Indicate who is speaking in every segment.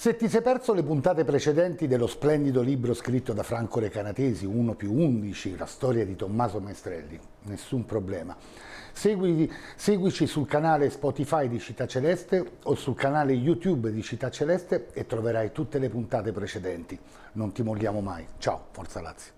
Speaker 1: Se ti sei perso le puntate precedenti dello splendido libro scritto da Franco Recanatesi, 1+11, la storia di Tommaso Maestrelli, nessun problema. Seguici sul canale Spotify di Città Celeste o sul canale YouTube di Città Celeste e troverai tutte le puntate precedenti. Non ti molliamo mai. Ciao, Forza Lazio.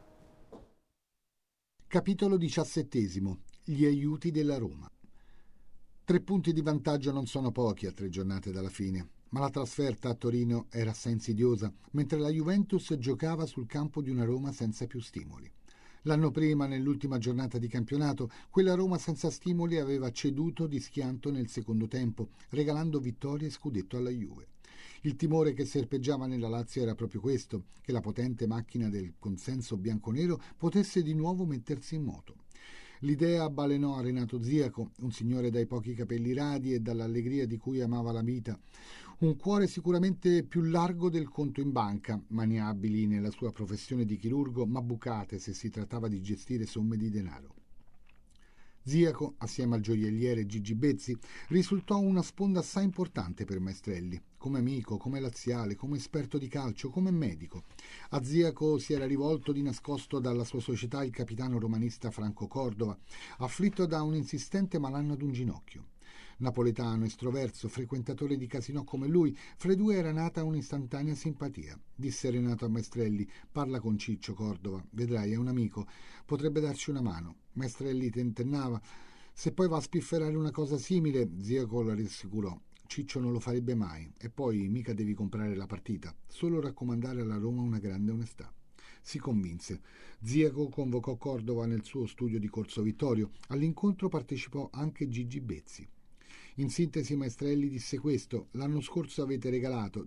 Speaker 1: Capitolo 17. Gli aiuti della Roma. 3 punti di vantaggio non sono pochi a 3 giornate dalla fine, ma la trasferta a Torino era assai insidiosa, mentre la Juventus giocava sul campo di una Roma senza più stimoli. L'anno prima, nell'ultima giornata di campionato, quella Roma senza stimoli aveva ceduto di schianto nel secondo tempo, regalando vittorie e scudetto alla Juve. Il timore che serpeggiava nella Lazio era proprio questo, che la potente macchina del consenso bianconero potesse di nuovo mettersi in moto. L'idea balenò a Renato Ziaco, un signore dai pochi capelli radi e dall'allegria di cui amava la vita, un cuore sicuramente più largo del conto in banca, mani abili nella sua professione di chirurgo, ma bucate se si trattava di gestire somme di denaro. Ziaco, assieme al gioielliere Gigi Bezzi, risultò una sponda assai importante per Maestrelli, come amico, come laziale, come esperto di calcio, come medico. A Ziaco si era rivolto di nascosto dalla sua società il capitano romanista Franco Cordova, afflitto da un insistente malanno ad un ginocchio. Napoletano, estroverso, frequentatore di casinò come lui, fra i due era nata un'istantanea simpatia. Disse Renato a Maestrelli: parla con Ciccio Cordova, vedrai, è un amico, potrebbe darci una mano. Maestrelli tentennava: se poi va a spifferare una cosa simile, Ziaco la rassicurò: Ciccio non lo farebbe mai, e poi mica devi comprare la partita, solo raccomandare alla Roma una grande onestà. Si convinse. Ziaco convocò Cordova nel suo studio di Corso Vittorio. All'incontro partecipò anche Gigi Bezzi. In sintesi Maestrelli disse questo: l'anno scorso avete regalato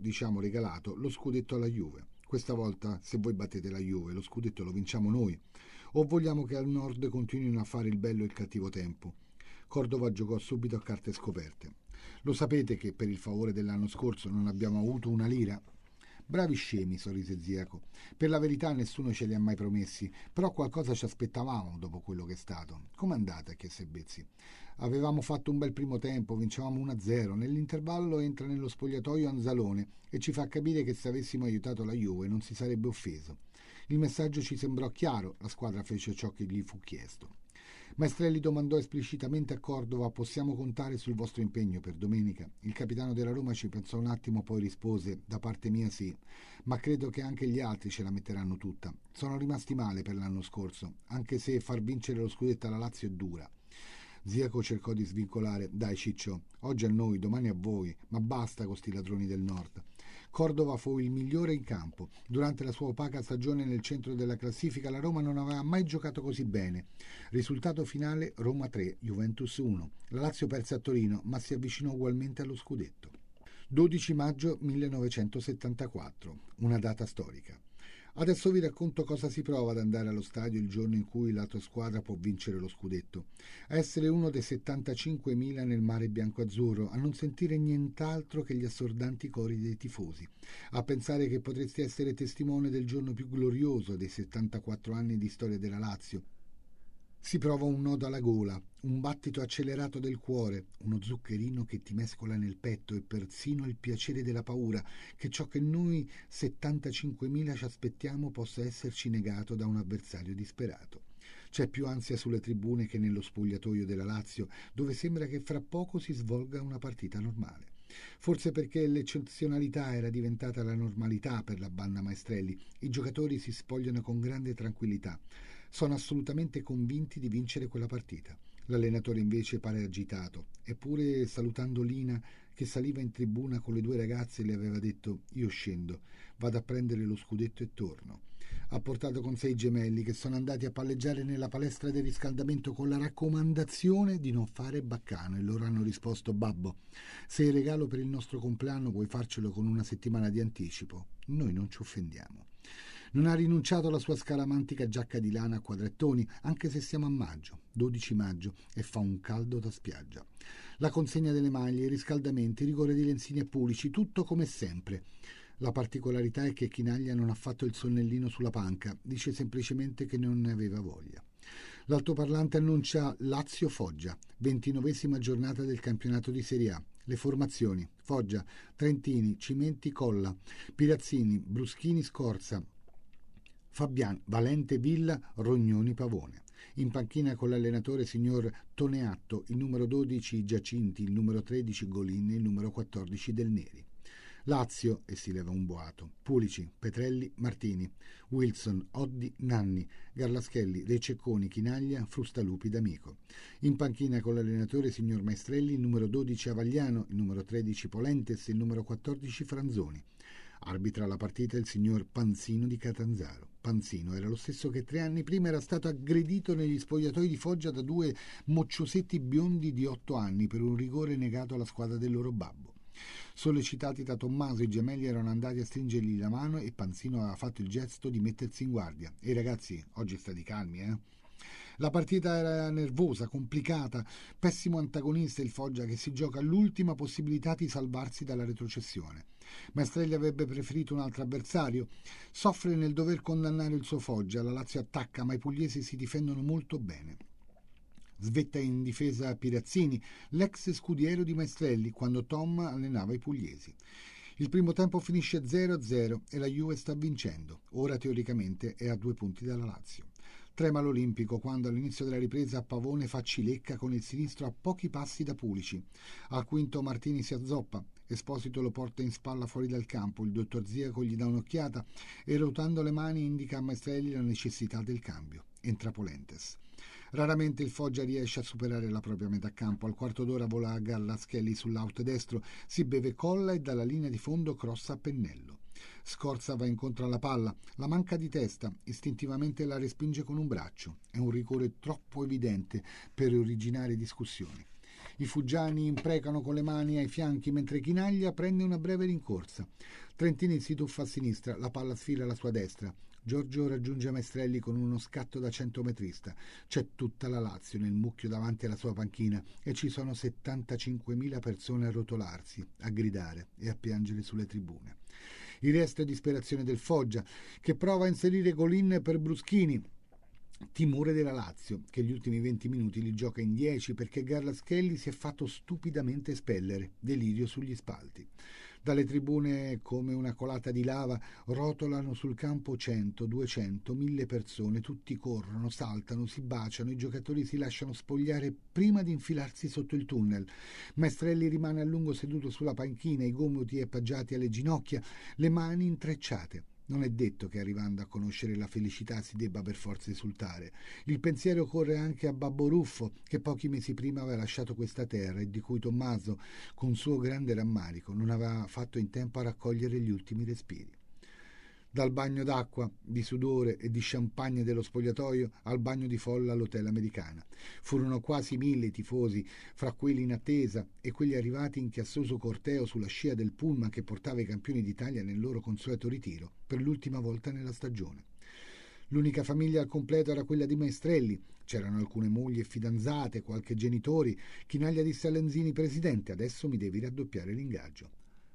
Speaker 1: lo scudetto alla Juve. Questa volta, se voi battete la Juve, lo scudetto lo vinciamo noi. O vogliamo che al nord continuino a fare il bello e il cattivo tempo? Cordova giocò subito a carte scoperte. Lo sapete che per il favore dell'anno scorso non abbiamo avuto una lira? Bravi scemi, sorrise Ziaco. Per la verità nessuno ce li ha mai promessi, però qualcosa ci aspettavamo dopo quello che è stato. Com'è andata? Chiese Bezzi. Avevamo fatto un bel primo tempo, vincevamo 1-0. Nell'intervallo entra nello spogliatoio Anzalone e ci fa capire che se avessimo aiutato la Juve non si sarebbe offeso. Il messaggio ci sembrò chiaro, la squadra fece ciò che gli fu chiesto. Maestrelli domandò esplicitamente a Cordova: possiamo contare sul vostro impegno per domenica? Il capitano della Roma ci pensò un attimo, poi rispose: da parte mia sì, ma credo che anche gli altri ce la metteranno tutta. Sono rimasti male per l'anno scorso, anche se far vincere lo scudetto alla Lazio è dura. Ziaco cercò di svincolare: dai Ciccio, oggi a noi, domani a voi, ma basta con sti ladroni del nord. Cordova fu il migliore in campo. Durante la sua opaca stagione nel centro della classifica la Roma non aveva mai giocato così bene. Risultato finale: Roma 3, Juventus 1. La Lazio perse a Torino, ma si avvicinò ugualmente allo scudetto. 12 maggio 1974, una data storica. Adesso vi racconto cosa si prova ad andare allo stadio il giorno in cui la tua squadra può vincere lo scudetto. A essere uno dei 75.000 nel mare bianco-azzurro, a non sentire nient'altro che gli assordanti cori dei tifosi, a pensare che potresti essere testimone del giorno più glorioso dei 74 anni di storia della Lazio. Si prova un nodo alla gola, un battito accelerato del cuore, uno zuccherino che ti mescola nel petto e persino il piacere della paura che ciò che noi 75.000 ci aspettiamo possa esserci negato da un avversario disperato. C'è più ansia sulle tribune che nello spogliatoio della Lazio, dove sembra che fra poco si svolga una partita normale. Forse perché l'eccezionalità era diventata la normalità per la banda Maestrelli, i giocatori si spogliano con grande tranquillità. Sono assolutamente convinti di vincere quella partita. L'allenatore invece pare agitato, eppure salutando Lina che saliva in tribuna con le 2 ragazze le aveva detto: io scendo, vado a prendere lo scudetto e torno. Ha portato con sé i gemelli che sono andati a palleggiare nella palestra del riscaldamento con la raccomandazione di non fare baccano, e loro hanno risposto: babbo, se il regalo per il nostro compleanno puoi farcelo con 1 settimana di anticipo, noi non ci offendiamo. Non ha rinunciato alla sua scaramantica giacca di lana a quadrettoni, anche se siamo a maggio, 12 maggio, e fa un caldo da spiaggia. La consegna delle maglie, i riscaldamenti, il rigore di Lenzini e Pulici, tutto come sempre. La particolarità è che Chinaglia non ha fatto il sonnellino sulla panca, dice semplicemente che non ne aveva voglia. L'altoparlante annuncia Lazio-Foggia, 29esima giornata del campionato di Serie A. Le formazioni: Foggia, Trentini, Cimenti, Colla, Pirazzini, Bruschini, Scorza, Fabian, Valente, Villa, Rognoni, Pavone. In panchina con l'allenatore signor Toneatto, il numero 12 Giacinti, il numero 13 Golin e il numero 14 Del Neri. Lazio, e si leva un boato: Pulici, Petrelli, Martini, Wilson, Oddi, Nanni, Garlaschelli, Rececconi, Chinaglia, Frustalupi, D'Amico. In panchina con l'allenatore signor Maestrelli, il numero 12 Avagliano, il numero 13 Polentes e il numero 14 Franzoni. Arbitra la partita il signor Panzino di Catanzaro. Panzino era lo stesso che 3 anni prima era stato aggredito negli spogliatoi di Foggia da 2 mocciosetti biondi di 8 anni per un rigore negato alla squadra del loro babbo. Sollecitati da Tommaso, i gemelli erano andati a stringergli la mano e Panzino aveva fatto il gesto di mettersi in guardia. «Ehi ragazzi, oggi state calmi, eh?» La partita era nervosa, complicata, pessimo antagonista il Foggia che si gioca l'ultima possibilità di salvarsi dalla retrocessione. Maestrelli avrebbe preferito un altro avversario. Soffre nel dover condannare il suo Foggia, la Lazio attacca ma i pugliesi si difendono molto bene. Svetta in difesa Pirazzini, l'ex scudiero di Maestrelli, quando Tom allenava i pugliesi. Il primo tempo finisce 0-0 e la Juve sta vincendo. Ora teoricamente è a 2 punti dalla Lazio. Trema l'Olimpico quando all'inizio della ripresa Pavone fa cilecca con il sinistro a pochi passi da Pulici. Al quinto Martini si azzoppa, Esposito lo porta in spalla fuori dal campo, il dottor Ziaco gli dà un'occhiata e rotando le mani indica a Maestrelli la necessità del cambio. Entra Polentes. Raramente il Foggia riesce a superare la propria metà campo. Al quarto d'ora vola Garlaschelli sull'out destro, si beve colla e dalla linea di fondo crossa a pennello. Scorza va incontro alla palla, la manca di testa, istintivamente la respinge con un braccio. È un rigore troppo evidente per originare discussioni. I fuggiani imprecano con le mani ai fianchi mentre Chinaglia prende una breve rincorsa. Trentini si tuffa a sinistra, la palla sfila alla sua destra. Giorgio raggiunge Maestrelli con uno scatto da 100metrista. C'è tutta la Lazio nel mucchio davanti alla sua panchina e ci sono 75.000 persone a rotolarsi, a gridare e a piangere sulle tribune. Il resto è disperazione del Foggia, che prova a inserire Golin per Bruschini. Timore della Lazio, che gli ultimi 20 minuti li gioca in 10 perché Garlaschelli si è fatto stupidamente espellere. Delirio sugli spalti. Dalle tribune, come una colata di lava, rotolano sul campo 100, 200, 1000 persone, tutti corrono, saltano, si baciano, i giocatori si lasciano spogliare prima di infilarsi sotto il tunnel. Maestrelli rimane a lungo seduto sulla panchina, i gomiti appoggiati alle ginocchia, le mani intrecciate. Non è detto che arrivando a conoscere la felicità si debba per forza esultare. Il pensiero corre anche a Babbo Ruffo, che pochi mesi prima aveva lasciato questa terra e di cui Tommaso, con suo grande rammarico, non aveva fatto in tempo a raccogliere gli ultimi respiri. Dal bagno d'acqua, di sudore e di champagne dello spogliatoio al bagno di folla all'hotel Americana. Furono quasi 1000 tifosi, fra quelli in attesa e quelli arrivati in chiassoso corteo sulla scia del pullman che portava i campioni d'Italia nel loro consueto ritiro, per l'ultima volta nella stagione. L'unica famiglia al completo era quella di Maestrelli. C'erano alcune mogli e fidanzate, qualche genitori. Chinaglia disse a Lenzini: «Presidente, adesso mi devi raddoppiare l'ingaggio».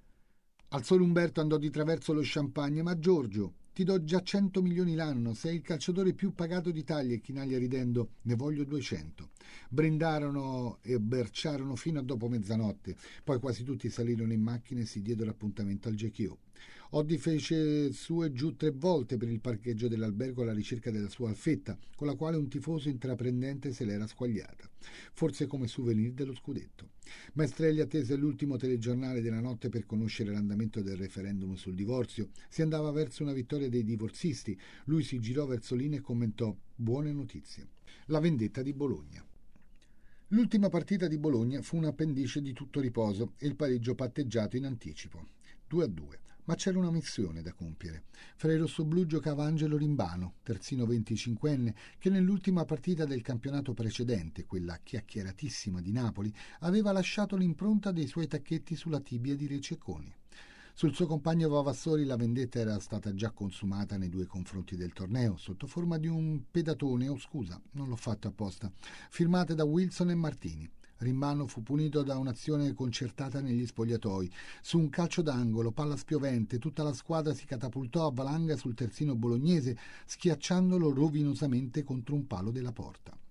Speaker 1: Al solo Umberto andò di traverso lo champagne: «Ma Giorgio, ti do già 100 milioni l'anno, sei il calciatore più pagato d'Italia». E Chinaglia ridendo: «Ne voglio 200». Brindarono e berciarono fino a dopo mezzanotte, poi quasi tutti salirono in macchina e si diedero appuntamento al Gechio. Oddi fece su e giù 3 volte per il parcheggio dell'albergo alla ricerca della sua alfetta, con la quale un tifoso intraprendente se l'era squagliata, forse come souvenir dello scudetto. Maestrelli attese l'ultimo telegiornale della notte per conoscere l'andamento del referendum sul divorzio. Si andava verso una vittoria dei divorzisti. Lui si girò verso Lina e commentò: «Buone notizie». La vendetta di Bologna. L'ultima partita di Bologna fu un appendice di tutto riposo e il pareggio patteggiato in anticipo, 2-2. Ma c'era una missione da compiere. Fra i rossoblù giocava Angelo Rimbano, terzino 25enne, che nell'ultima partita del campionato precedente, quella chiacchieratissima di Napoli, aveva lasciato l'impronta dei suoi tacchetti sulla tibia di Rececconi. Sul suo compagno Vavassori la vendetta era stata già consumata nei 2 confronti del torneo, sotto forma di un pedatone, scusa, non l'ho fatto apposta, firmate da Wilson e Martini. Rimbano fu punito da un'azione concertata negli spogliatoi. Su un calcio d'angolo, palla spiovente, tutta la squadra si catapultò a valanga sul terzino bolognese, schiacciandolo rovinosamente contro un palo della porta.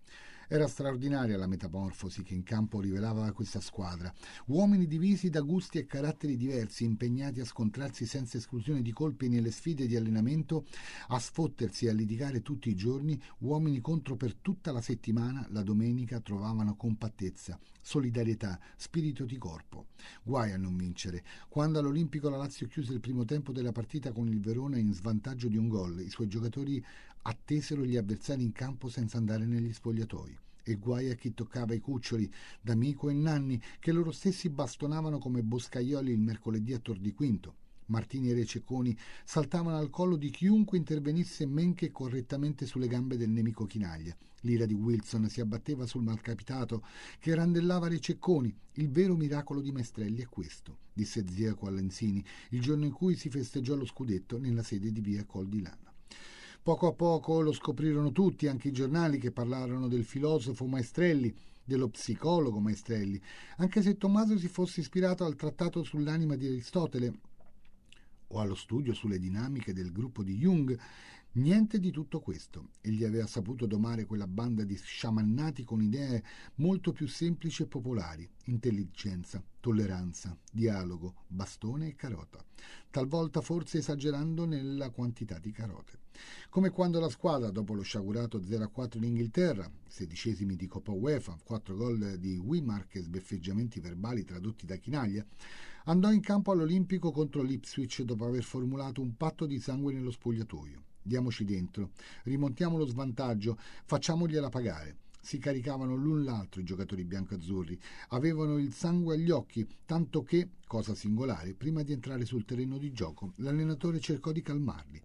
Speaker 1: Era straordinaria la metamorfosi che in campo rivelava questa squadra. Uomini divisi da gusti e caratteri diversi, impegnati a scontrarsi senza esclusione di colpi nelle sfide di allenamento, a sfottersi e a litigare tutti i giorni, uomini contro per tutta la settimana, la domenica trovavano compattezza, solidarietà, spirito di corpo. Guai a non vincere. Quando all'Olimpico la Lazio chiuse il primo tempo della partita con il Verona in svantaggio di un gol, i suoi giocatori attesero gli avversari in campo senza andare negli spogliatoi. E guai a chi toccava i cuccioli, D'Amico e Nanni, che loro stessi bastonavano come boscaioli il mercoledì a Tor di Quinto. Martini e Rececconi saltavano al collo di chiunque intervenisse men che correttamente sulle gambe del nemico Chinaglia. L'ira di Wilson si abbatteva sul malcapitato che randellava Rececconi. Il vero miracolo di Maestrelli è questo, disse Ziaco a Lenzini il giorno in cui si festeggiò lo scudetto nella sede di via Col di Lana. Poco a poco lo scoprirono tutti, anche i giornali che parlarono del filosofo Maestrelli, dello psicologo Maestrelli, anche se Tommaso si fosse ispirato al trattato sull'anima di Aristotele o allo studio sulle dinamiche del gruppo di Jung. Niente di tutto questo. Egli aveva saputo domare quella banda di sciamannati con idee molto più semplici e popolari: intelligenza, tolleranza, dialogo, bastone e carota, talvolta forse esagerando nella quantità di carote. Come quando la squadra, dopo lo sciagurato 0-4 in Inghilterra, 16esimi di Coppa UEFA, 4 gol di Wimark e sbeffeggiamenti verbali tradotti da Chinaglia, andò in campo all'Olimpico contro l'Ipswich dopo aver formulato un patto di sangue nello spogliatoio. Diamoci dentro, rimontiamo lo svantaggio, facciamogliela pagare. Si caricavano l'un l'altro i giocatori biancoazzurri, avevano il sangue agli occhi, tanto che, cosa singolare, prima di entrare sul terreno di gioco, l'allenatore cercò di calmarli.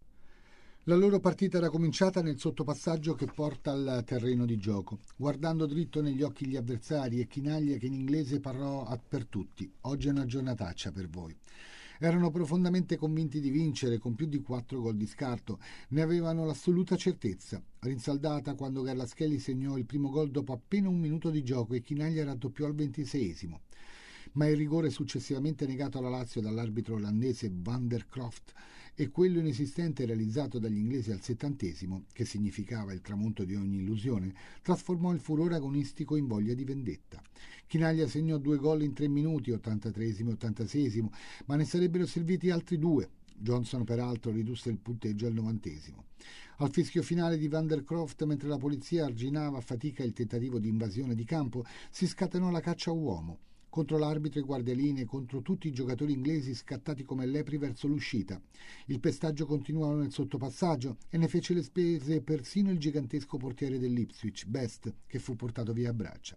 Speaker 1: La loro partita era cominciata nel sottopassaggio che porta al terreno di gioco, guardando dritto negli occhi gli avversari, e Chinaglia, che in inglese parlò per tutti: oggi è una giornataccia per voi. Erano profondamente convinti di vincere, con più di 4 gol di scarto. Ne avevano l'assoluta certezza, rinsaldata quando Garlaschelli segnò il primo gol dopo appena un minuto di gioco e Chinaglia raddoppiò al 26esimo. Ma il rigore successivamente negato alla Lazio dall'arbitro olandese Van der Croft e quello inesistente realizzato dagli inglesi al 70esimo, che significava il tramonto di ogni illusione, trasformò il furore agonistico in voglia di vendetta. Chinaglia segnò 2 gol in 3 minuti, 83esimo e 86esimo, ma ne sarebbero serviti altri 2. Johnson peraltro ridusse il punteggio al 90esimo. Al fischio finale di Van der Croft, mentre la polizia arginava a fatica il tentativo di invasione di campo, si scatenò la caccia a uomo. Contro l'arbitro e guardialine, contro tutti i giocatori inglesi scattati come lepri verso l'uscita. Il pestaggio continuò nel sottopassaggio e ne fece le spese persino il gigantesco portiere dell'Ipswich, Best, che fu portato via a braccia.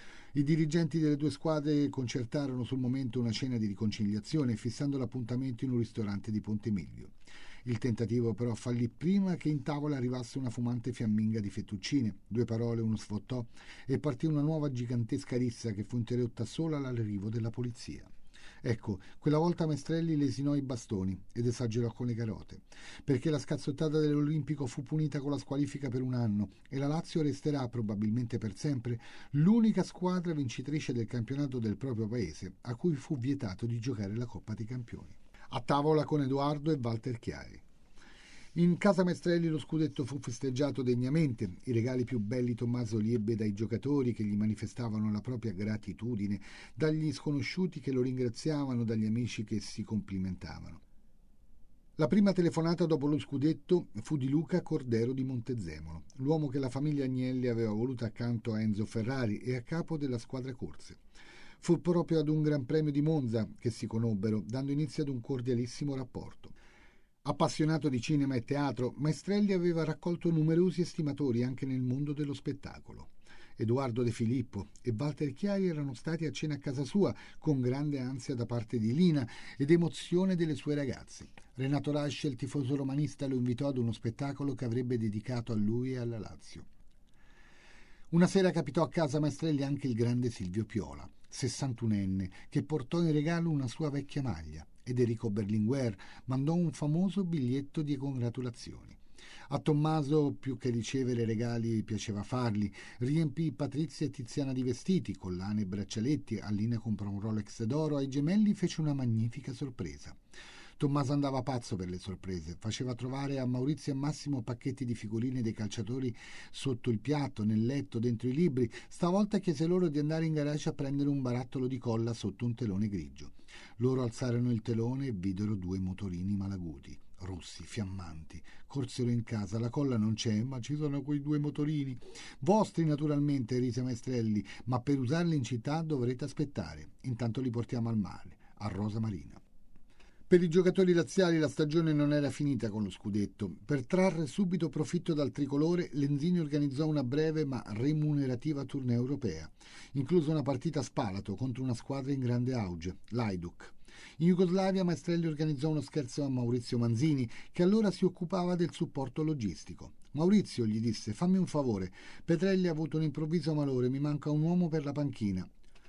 Speaker 1: I dirigenti delle due squadre concertarono sul momento una cena di riconciliazione, fissando l'appuntamento in un ristorante di Ponte Miglio. Il tentativo però fallì prima che in tavola arrivasse una fumante fiamminga di fettuccine, 2 parole, uno sfottò, e partì una nuova gigantesca rissa che fu interrotta solo all'arrivo della polizia. Ecco, quella volta Maestrelli lesinò i bastoni ed esagerò con le carote, perché la scazzottata dell'Olimpico fu punita con la squalifica per 1 anno e la Lazio resterà, probabilmente per sempre, l'unica squadra vincitrice del campionato del proprio paese a cui fu vietato di giocare la Coppa dei Campioni. A tavola con Edoardo e Walter Chiari. In casa Maestrelli lo scudetto fu festeggiato degnamente. I regali più belli Tommaso li ebbe dai giocatori che gli manifestavano la propria gratitudine, dagli sconosciuti che lo ringraziavano, dagli amici che si complimentavano. La prima telefonata dopo lo scudetto fu di Luca Cordero di Montezemolo, l'uomo che la famiglia Agnelli aveva voluto accanto a Enzo Ferrari e a capo della squadra corse. Fu proprio ad un Gran Premio di Monza che si conobbero, dando inizio ad un cordialissimo rapporto. Appassionato di cinema e teatro, Maestrelli aveva raccolto numerosi estimatori anche nel mondo dello spettacolo. Edoardo De Filippo e Walter Chiari erano stati a cena a casa sua, con grande ansia da parte di Lina ed emozione delle sue ragazze. Renato Rasci, il tifoso romanista, lo invitò ad uno spettacolo che avrebbe dedicato a lui e alla Lazio. Una sera capitò a casa Maestrelli anche il grande Silvio Piola, 61enne, che portò in regalo una sua vecchia maglia, ed Enrico Berlinguer mandò un famoso biglietto di congratulazioni. A Tommaso, più che ricevere regali, piaceva farli. Riempì Patrizia e Tiziana di vestiti, collane e braccialetti. A Lina comprò un Rolex d'oro. Ai gemelli fece una magnifica sorpresa. Tommaso andava pazzo per le sorprese, faceva trovare a Maurizio e Massimo pacchetti di figurine dei calciatori sotto il piatto, nel letto, dentro i libri. Stavolta chiese loro di andare in garage a prendere un barattolo di colla sotto un telone grigio. Loro alzarono il telone e videro 2 motorini malaguti, rossi, fiammanti. Corsero in casa: la colla non c'è, ma ci sono quei 2 motorini. Vostri naturalmente, rise Maestrelli, ma per usarli in città dovrete aspettare. Intanto li portiamo al mare, a Rosa Marina. Per i giocatori laziali la stagione non era finita con lo scudetto. Per trarre subito profitto dal tricolore, Lenzini organizzò una breve ma remunerativa tournée europea, inclusa una partita a Spalato contro una squadra in grande auge, l'Hajduk. In Jugoslavia Maestrelli organizzò uno scherzo a Maurizio Manzini, che allora si occupava del supporto logistico. Maurizio, gli disse, fammi un favore, Petrelli ha avuto un improvviso malore, mi manca un uomo per la panchina.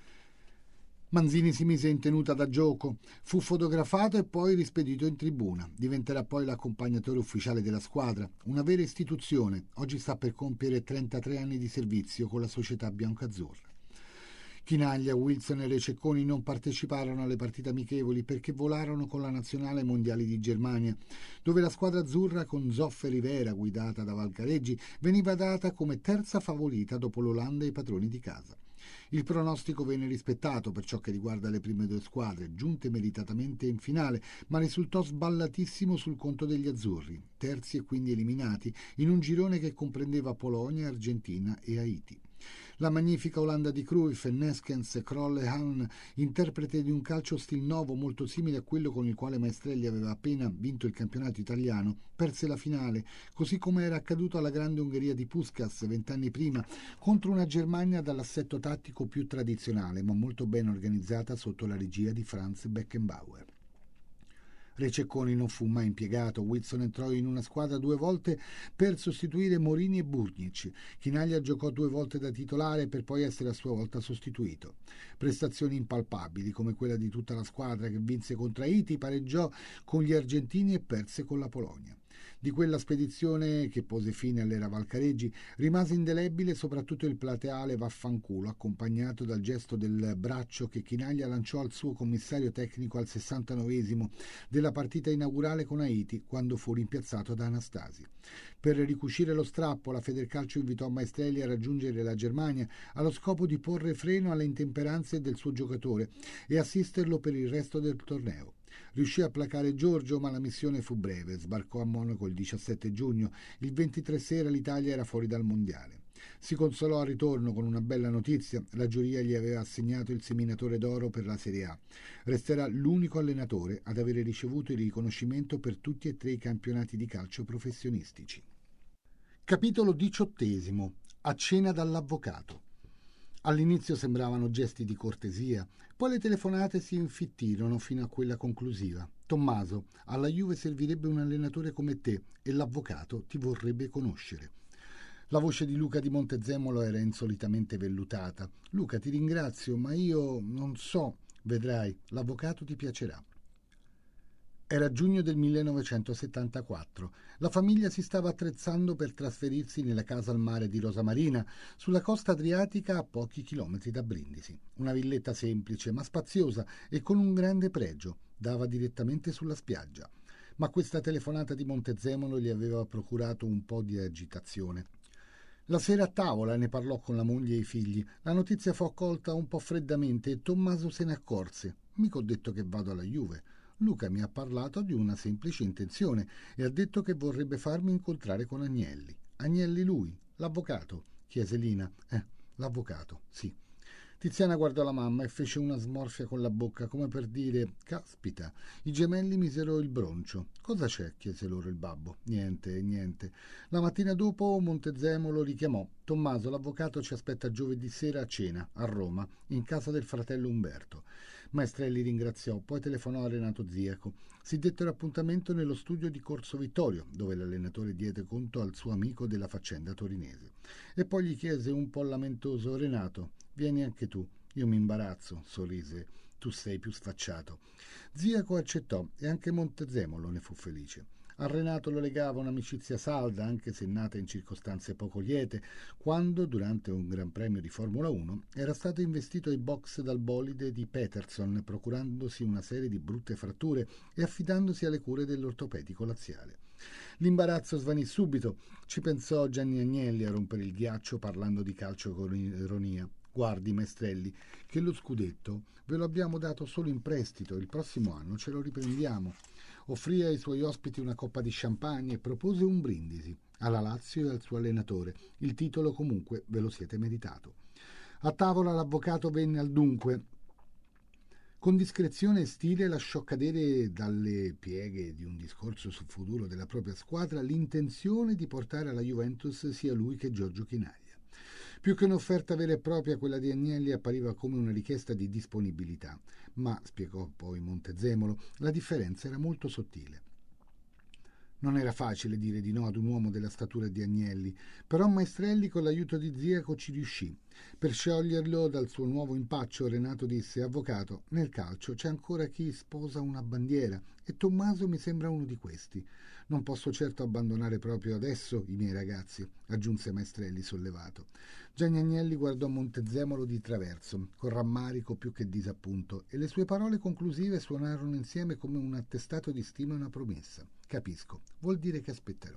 Speaker 1: Manzini si mise in tenuta da gioco, fu fotografato e poi rispedito in tribuna. Diventerà poi l'accompagnatore ufficiale della squadra, una vera istituzione. Oggi sta per compiere 33 anni di servizio con la società biancazzurra. Chinaglia, Wilson e Rececconi non parteciparono alle partite amichevoli perché volarono con la nazionale ai mondiali di Germania, dove la squadra azzurra con Zoffe Rivera, guidata da Valcareggi, veniva data come terza favorita dopo l'Olanda e i padroni di casa. Il pronostico venne rispettato per ciò che riguarda le prime 2 squadre, giunte meritatamente in finale, ma risultò sballatissimo sul conto degli azzurri, terzi e quindi eliminati, in un girone che comprendeva Polonia, Argentina e Haiti. La magnifica Olanda di Cruyff, Neskens e Kroll e Hahn, interprete di un calcio stil nuovo molto simile a quello con il quale Maestrelli aveva appena vinto il campionato italiano, perse la finale, così come era accaduto alla grande Ungheria di Puskás 20 anni prima, contro una Germania dall'assetto tattico più tradizionale, ma molto ben organizzata sotto la regia di Franz Beckenbauer. Rececconi non fu mai impiegato, Wilson entrò in una squadra 2 volte per sostituire Morini e Burnic, Chinaglia giocò 2 volte da titolare per poi essere a sua volta sostituito. Prestazioni impalpabili come quella di tutta la squadra che vinse contro Haiti, pareggiò con gli argentini e perse con la Polonia. Di quella spedizione che pose fine all'era Valcareggi rimase indelebile soprattutto il plateale vaffanculo, accompagnato dal gesto del braccio che Chinaglia lanciò al suo commissario tecnico al 69esimo della partita inaugurale con Haiti, quando fu rimpiazzato da Anastasi. Per ricucire lo strappo, la Federcalcio invitò Maestrelli a raggiungere la Germania allo scopo di porre freno alle intemperanze del suo giocatore e assisterlo per il resto del torneo. Riuscì a placare Giorgio, ma la missione fu breve. Sbarcò a Monaco il 17 giugno, il 23 sera l'Italia era fuori dal mondiale. Si consolò al ritorno con una bella notizia: la giuria gli aveva assegnato il seminatore d'oro per la Serie A. Resterà l'unico allenatore ad avere ricevuto il riconoscimento per tutti e 3 i campionati di calcio professionistici. Capitolo 18. A cena dall'avvocato. All'inizio sembravano gesti di cortesia, poi le telefonate si infittirono fino a quella conclusiva. Tommaso, alla Juve servirebbe un allenatore come te e l'avvocato ti vorrebbe conoscere. La voce di Luca di Montezemolo era insolitamente vellutata. Luca, ti ringrazio, ma io non so, vedrai, l'avvocato ti piacerà. Era giugno del 1974. La famiglia si stava attrezzando per trasferirsi nella casa al mare di Rosa Marina, sulla costa adriatica a pochi chilometri da Brindisi. Una villetta semplice ma spaziosa e con un grande pregio. Dava direttamente sulla spiaggia. Ma questa telefonata di Montezemolo gli aveva procurato un po' di agitazione. La sera a tavola ne parlò con la moglie e i figli. La notizia fu accolta un po' freddamente e Tommaso se ne accorse. Mica ho detto che vado alla Juve. Luca mi ha parlato di una semplice intenzione e ha detto che vorrebbe farmi incontrare con Agnelli. Agnelli lui? L'avvocato? Chiese Lina. L'avvocato, sì. Tiziana guardò la mamma e fece una smorfia con la bocca come per dire: caspita. I gemelli misero il broncio. Cosa c'è? Chiese loro il babbo. Niente. La mattina dopo Montezemolo richiamò: Tommaso, l'avvocato ci aspetta giovedì sera a cena a Roma, in casa del fratello Umberto. Maestrelli ringraziò, poi telefonò a Renato Ziaco. Si dettero appuntamento nello studio di Corso Vittorio, dove l'allenatore diede conto al suo amico della faccenda torinese. E poi gli chiese un po' lamentoso: Renato, vieni anche tu. Io mi imbarazzo, sorrise. Tu sei più sfacciato. Ziaco accettò e anche Montezemolo ne fu felice. A Renato lo legava un'amicizia salda, anche se nata in circostanze poco liete, quando, durante un Gran Premio di Formula 1, era stato investito ai box dal bolide di Peterson, procurandosi una serie di brutte fratture e affidandosi alle cure dell'ortopedico laziale. L'imbarazzo svanì subito, ci pensò Gianni Agnelli a rompere il ghiaccio parlando di calcio con ironia. Guardi, Maestrelli, che lo scudetto ve lo abbiamo dato solo in prestito, il prossimo anno ce lo riprendiamo. Offrì ai suoi ospiti una coppa di champagne e propose un brindisi alla Lazio e al suo allenatore. Il titolo comunque ve lo siete meritato. A tavola l'avvocato venne al dunque. Con discrezione e stile lasciò cadere dalle pieghe di un discorso sul futuro della propria squadra l'intenzione di portare alla Juventus sia lui che Giorgio Chinaglia. Più che un'offerta vera e propria, quella di Agnelli appariva come una richiesta di disponibilità, ma, spiegò poi Montezemolo, la differenza era molto sottile. Non era facile dire di no ad un uomo della statura di Agnelli, però Maestrelli con l'aiuto di Ziaco ci riuscì. Per scioglierlo dal suo nuovo impaccio, Renato disse: avvocato, nel calcio c'è ancora chi sposa una bandiera e Tommaso mi sembra uno di questi. Non posso certo abbandonare proprio adesso i miei ragazzi, aggiunse Maestrelli sollevato. Gianni Agnelli guardò Montezemolo di traverso, con rammarico più che disappunto, e le sue parole conclusive suonarono insieme come un attestato di stima e una promessa. Capisco, vuol dire che aspetterò.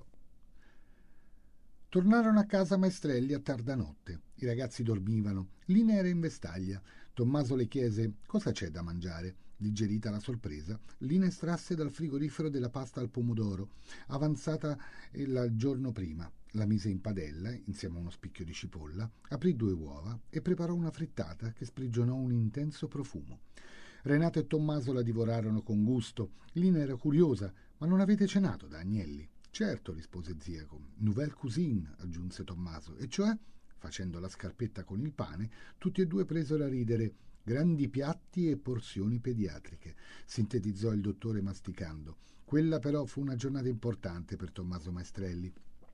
Speaker 1: Tornarono a casa Maestrelli a tarda notte. I ragazzi dormivano. Lina era in vestaglia. Tommaso le chiese: cosa c'è da mangiare? Digerita la sorpresa, Lina estrasse dal frigorifero della pasta al pomodoro, avanzata il giorno prima. La mise in padella, insieme a uno spicchio di cipolla, aprì 2 uova e preparò una frittata che sprigionò un intenso profumo. Renato e Tommaso la divorarono con gusto. Lina era curiosa: ma non avete cenato da Agnelli? Certo, rispose Ziaco. Nouvelle cuisine, aggiunse Tommaso. E cioè? Facendo la scarpetta con il pane, tutti e 2 presero a ridere. Grandi piatti e porzioni pediatriche, sintetizzò il dottore masticando. Quella però fu una giornata importante per Tommaso Maestrelli,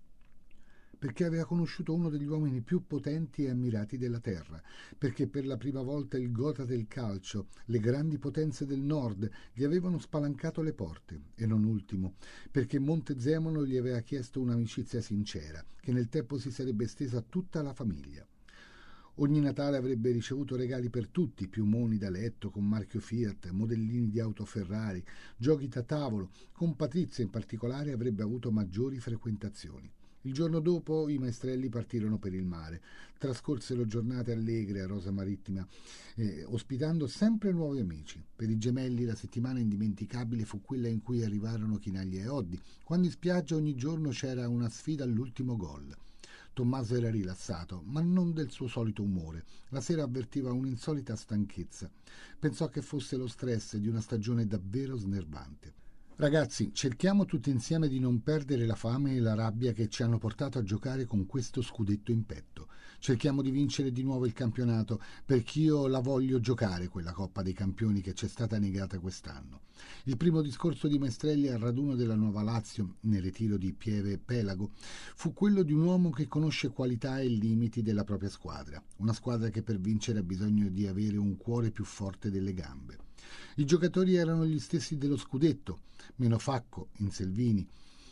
Speaker 1: perché aveva conosciuto uno degli uomini più potenti e ammirati della terra, perché per la prima volta il gotha del calcio, le grandi potenze del nord, gli avevano spalancato le porte, e non ultimo, perché Montezemolo gli aveva chiesto un'amicizia sincera, che nel tempo si sarebbe estesa a tutta la famiglia. Ogni Natale avrebbe ricevuto regali per tutti, piumoni da letto con marchio Fiat, modellini di auto Ferrari, giochi da tavolo. Con Patrizia in particolare avrebbe avuto maggiori frequentazioni. Il giorno dopo i Maestrelli partirono per il mare. Trascorsero giornate allegre a Rosa Marittima, ospitando sempre nuovi amici. Per i gemelli la settimana indimenticabile fu quella in cui arrivarono Chinaglia e Oddi, quando in spiaggia ogni giorno c'era una sfida all'ultimo gol. Tommaso era rilassato, ma non del suo solito umore. La sera avvertiva un'insolita stanchezza. Pensò che fosse lo stress di una stagione davvero snervante. Ragazzi, cerchiamo tutti insieme di non perdere la fame e la rabbia che ci hanno portato a giocare con questo scudetto in petto. Cerchiamo di vincere di nuovo il campionato, perché io la voglio giocare quella Coppa dei Campioni che ci è stata negata quest'anno. Il primo discorso di Maestrelli al raduno della Nuova Lazio, nel ritiro di Pieve Pelago, fu quello di un uomo che conosce qualità e limiti della propria squadra. Una squadra che per vincere ha bisogno di avere un cuore più forte delle gambe. I giocatori erano gli stessi dello scudetto, meno Facco, Inselvini,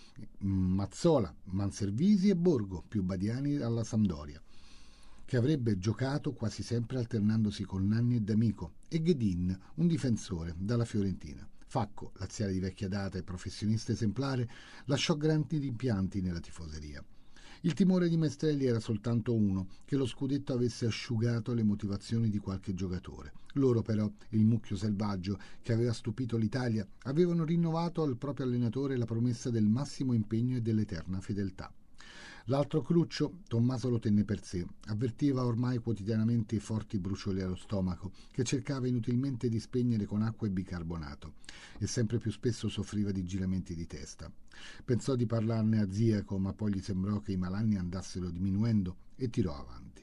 Speaker 1: Mazzola, Manservisi e Borgo, più Badiani alla Sampdoria, che avrebbe giocato quasi sempre alternandosi con Nanni e D'Amico, e Ghedin, un difensore, dalla Fiorentina. Facco, laziale di vecchia data e professionista esemplare, lasciò grandi rimpianti nella tifoseria. Il timore di Maestrelli era soltanto uno, che lo scudetto avesse asciugato le motivazioni di qualche giocatore. Loro però, il mucchio selvaggio che aveva stupito l'Italia, avevano rinnovato al proprio allenatore la promessa del massimo impegno e dell'eterna fedeltà. L'altro cruccio Tommaso lo tenne per sé, avvertiva ormai quotidianamente i forti brucioli allo stomaco, che cercava inutilmente di spegnere con acqua e bicarbonato, e sempre più spesso soffriva di giramenti di testa. Pensò di parlarne a Ziaco, ma poi gli sembrò che i malanni andassero diminuendo e tirò avanti.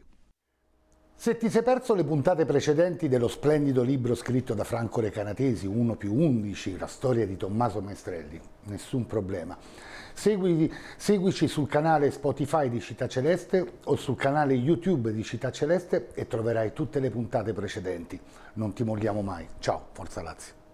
Speaker 1: Se ti sei perso le puntate precedenti dello splendido libro scritto da Franco Recanatesi, 1+11, la storia di Tommaso Maestrelli, nessun problema. Seguici sul canale Spotify di Città Celeste o sul canale YouTube di Città Celeste e troverai tutte le puntate precedenti. Non ti molliamo mai. Ciao, Forza Lazio.